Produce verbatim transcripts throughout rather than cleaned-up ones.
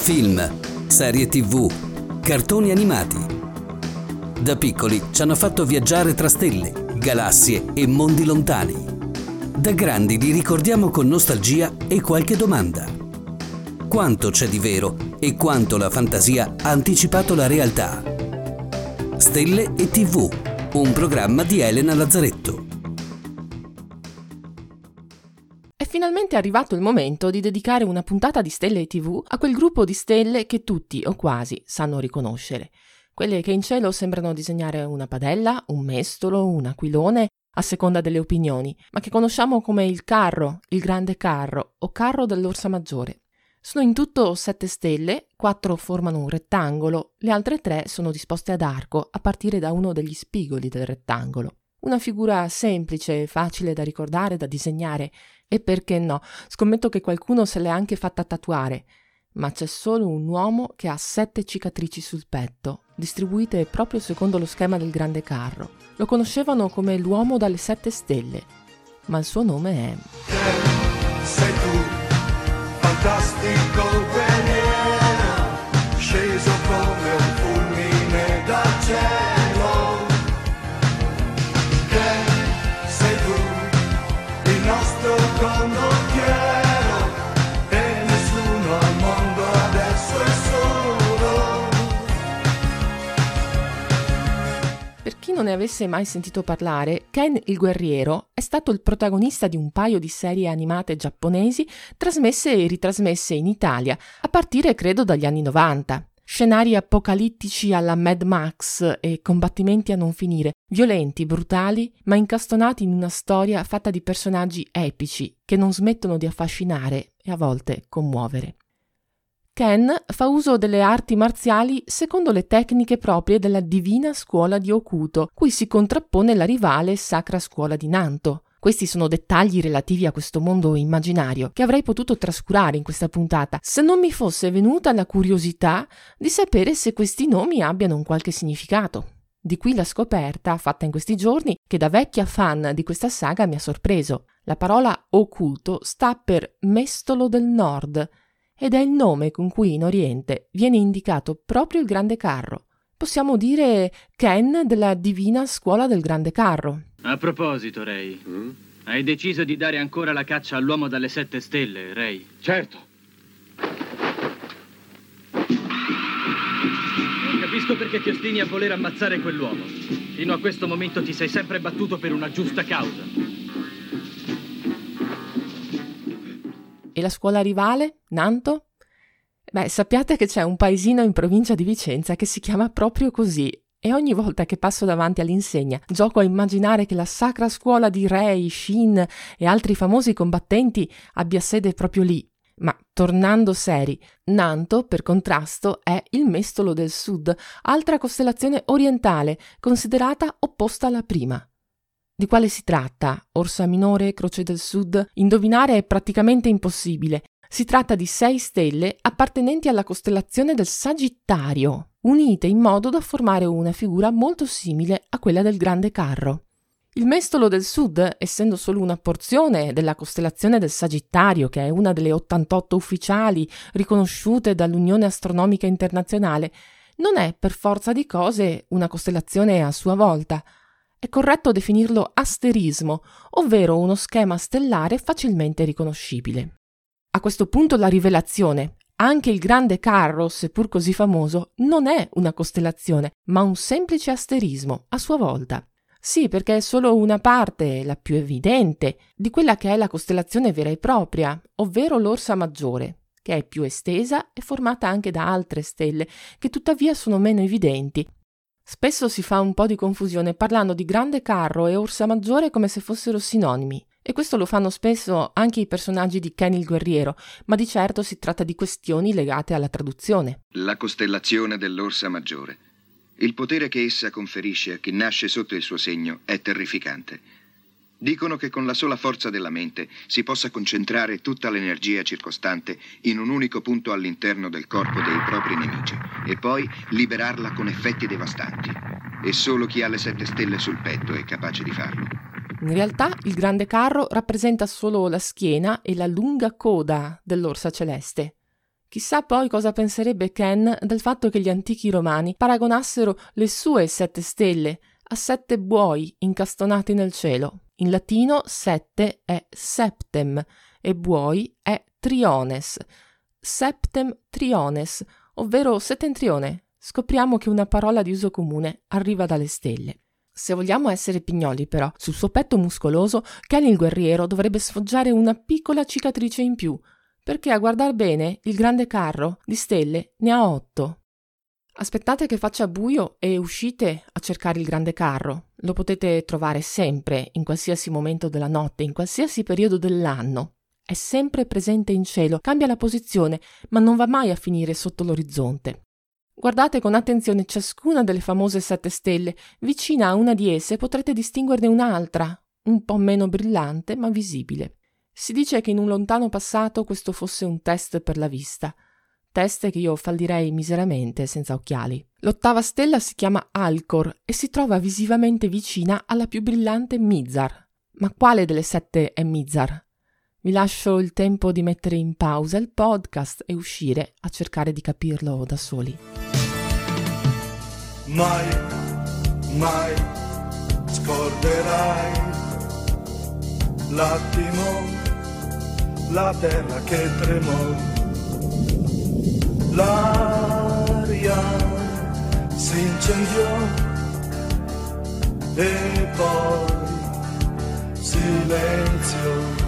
Film, serie tivù, cartoni animati. Da piccoli ci hanno fatto viaggiare tra stelle, galassie e mondi lontani. Da grandi li ricordiamo con nostalgia e qualche domanda. Quanto c'è di vero e quanto la fantasia ha anticipato la realtà? Stelle e tivù, un programma di Elena Lazzaretto. È finalmente arrivato il momento di dedicare una puntata di Stelle e tivù a quel gruppo di stelle che tutti, o quasi, sanno riconoscere. Quelle che in cielo sembrano disegnare una padella, un mestolo, un aquilone, a seconda delle opinioni, ma che conosciamo come il carro, il grande carro o carro dell'Orsa Maggiore. Sono in tutto sette stelle, quattro formano un rettangolo, le altre tre sono disposte ad arco a partire da uno degli spigoli del rettangolo. Una figura semplice, facile da ricordare, da disegnare, e perché no, scommetto che qualcuno se l'è anche fatta tatuare, ma c'è solo un uomo che ha sette cicatrici sul petto, distribuite proprio secondo lo schema del grande carro. Lo conoscevano come l'uomo dalle sette stelle, ma il suo nome è... Sei tu, fantastico guerriero, sceso come un fulmine dal cielo. Che sei tu, il nostro condottiero, e nessuno al mondo adesso è solo. Per chi non ne avesse mai sentito parlare, Ken il guerriero è stato il protagonista di un paio di serie animate giapponesi trasmesse e ritrasmesse in Italia a partire credo dagli anni novanta. Scenari apocalittici alla Mad Max e combattimenti a non finire, violenti, brutali, ma incastonati in una storia fatta di personaggi epici che non smettono di affascinare e a volte commuovere. Ken fa uso delle arti marziali secondo le tecniche proprie della divina scuola di Hokuto, cui si contrappone la rivale Sacra Scuola di Nanto. Questi sono dettagli relativi a questo mondo immaginario che avrei potuto trascurare in questa puntata se non mi fosse venuta la curiosità di sapere se questi nomi abbiano un qualche significato. Di qui la scoperta, fatta in questi giorni, che da vecchia fan di questa saga mi ha sorpreso. La parola occulto sta per mestolo del nord ed è il nome con cui in Oriente viene indicato proprio il grande carro. Possiamo dire Ken della divina scuola del grande carro. A proposito, Ray, mm? hai deciso di dare ancora la caccia all'uomo dalle sette stelle, Ray? Certo. Non capisco perché ti ostini a voler ammazzare quell'uomo. Fino a questo momento ti sei sempre battuto per una giusta causa. E la scuola rivale, Nanto? Beh, sappiate che c'è un paesino in provincia di Vicenza che si chiama proprio così. E ogni volta che passo davanti all'insegna gioco a immaginare che la sacra scuola di Rei, Shin e altri famosi combattenti abbia sede proprio lì. Ma tornando seri, Nanto, per contrasto, è il mestolo del sud, altra costellazione orientale, considerata opposta alla prima. Di quale si tratta? Orsa Minore, Croce del Sud? Indovinare è praticamente impossibile. Si tratta di sei stelle appartenenti alla costellazione del Sagittario, unite in modo da formare una figura molto simile a quella del grande carro. Il mestolo del sud, essendo solo una porzione della costellazione del Sagittario, che è una delle ottantotto ufficiali riconosciute dall'Unione Astronomica Internazionale, non è per forza di cose una costellazione a sua volta. È corretto definirlo asterismo, ovvero uno schema stellare facilmente riconoscibile. A questo punto la rivelazione. Anche il grande carro, seppur così famoso, non è una costellazione, ma un semplice asterismo, a sua volta. Sì, perché è solo una parte, la più evidente, di quella che è la costellazione vera e propria, ovvero l'Orsa Maggiore, che è più estesa e formata anche da altre stelle, che tuttavia sono meno evidenti. Spesso si fa un po' di confusione parlando di grande carro e Orsa Maggiore come se fossero sinonimi. E questo lo fanno spesso anche i personaggi di Ken il guerriero, ma di certo si tratta di questioni legate alla traduzione. La costellazione dell'Orsa Maggiore. Il potere che essa conferisce a chi nasce sotto il suo segno è terrificante. Dicono che con la sola forza della mente si possa concentrare tutta l'energia circostante in un unico punto all'interno del corpo dei propri nemici e poi liberarla con effetti devastanti. E solo chi ha le sette stelle sul petto è capace di farlo. In realtà il grande carro rappresenta solo la schiena e la lunga coda dell'orsa celeste. Chissà poi cosa penserebbe Ken del fatto che gli antichi romani paragonassero le sue sette stelle a sette buoi incastonati nel cielo. In latino sette è septem e buoi è triones. Septem triones, ovvero settentrione. Scopriamo che una parola di uso comune arriva dalle stelle. Se vogliamo essere pignoli, però, sul suo petto muscoloso, Ken il guerriero dovrebbe sfoggiare una piccola cicatrice in più, perché a guardar bene il grande carro di stelle ne ha otto. Aspettate che faccia buio e uscite a cercare il grande carro. Lo potete trovare sempre, in qualsiasi momento della notte, in qualsiasi periodo dell'anno. È sempre presente in cielo, cambia la posizione, ma non va mai a finire sotto l'orizzonte. Guardate con attenzione ciascuna delle famose sette stelle. Vicina a una di esse potrete distinguerne un'altra, un po' meno brillante ma visibile. Si dice che in un lontano passato questo fosse un test per la vista. Test che io fallirei miseramente senza occhiali. L'ottava stella si chiama Alcor e si trova visivamente vicina alla più brillante Mizar. Ma quale delle sette è Mizar? Vi lascio il tempo di mettere in pausa il podcast e uscire a cercare di capirlo da soli. Mai, mai scorderai l'attimo, la terra che tremò, l'aria si incendiò e poi silenzio.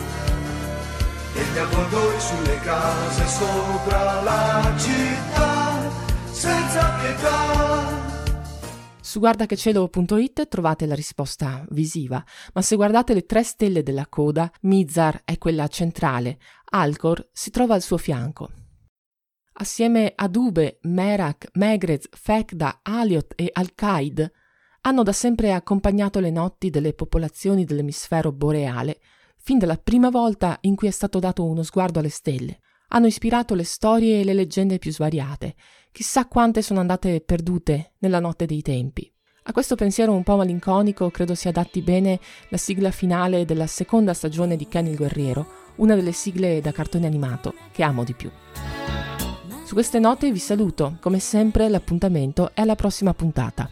E gli avvoltoi sulle case sopra la città, senza pietà. Su guardachecielo punto it trovate la risposta visiva, ma se guardate le tre stelle della coda, Mizar è quella centrale, Alcor si trova al suo fianco. Assieme a Dube, Merak, Megrez, Fekda, Aliot e Alcaid, hanno da sempre accompagnato le notti delle popolazioni dell'emisfero boreale, fin dalla prima volta in cui è stato dato uno sguardo alle stelle. Hanno ispirato le storie e le leggende più svariate. Chissà quante sono andate perdute nella notte dei tempi. A questo pensiero un po' malinconico credo si adatti bene la sigla finale della seconda stagione di Ken il Guerriero, una delle sigle da cartone animato che amo di più. Su queste note vi saluto. Come sempre l'appuntamento è alla prossima puntata.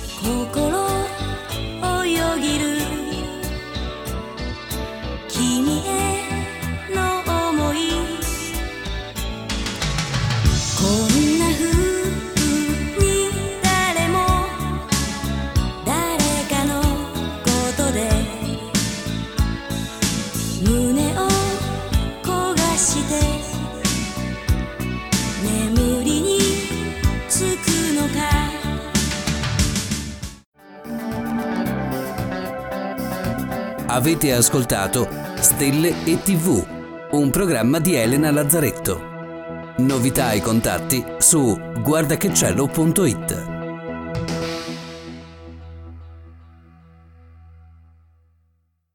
Avete ascoltato Stelle e tivù, un programma di Elena Lazzaretto. Novità e contatti su guardachecielo punto it.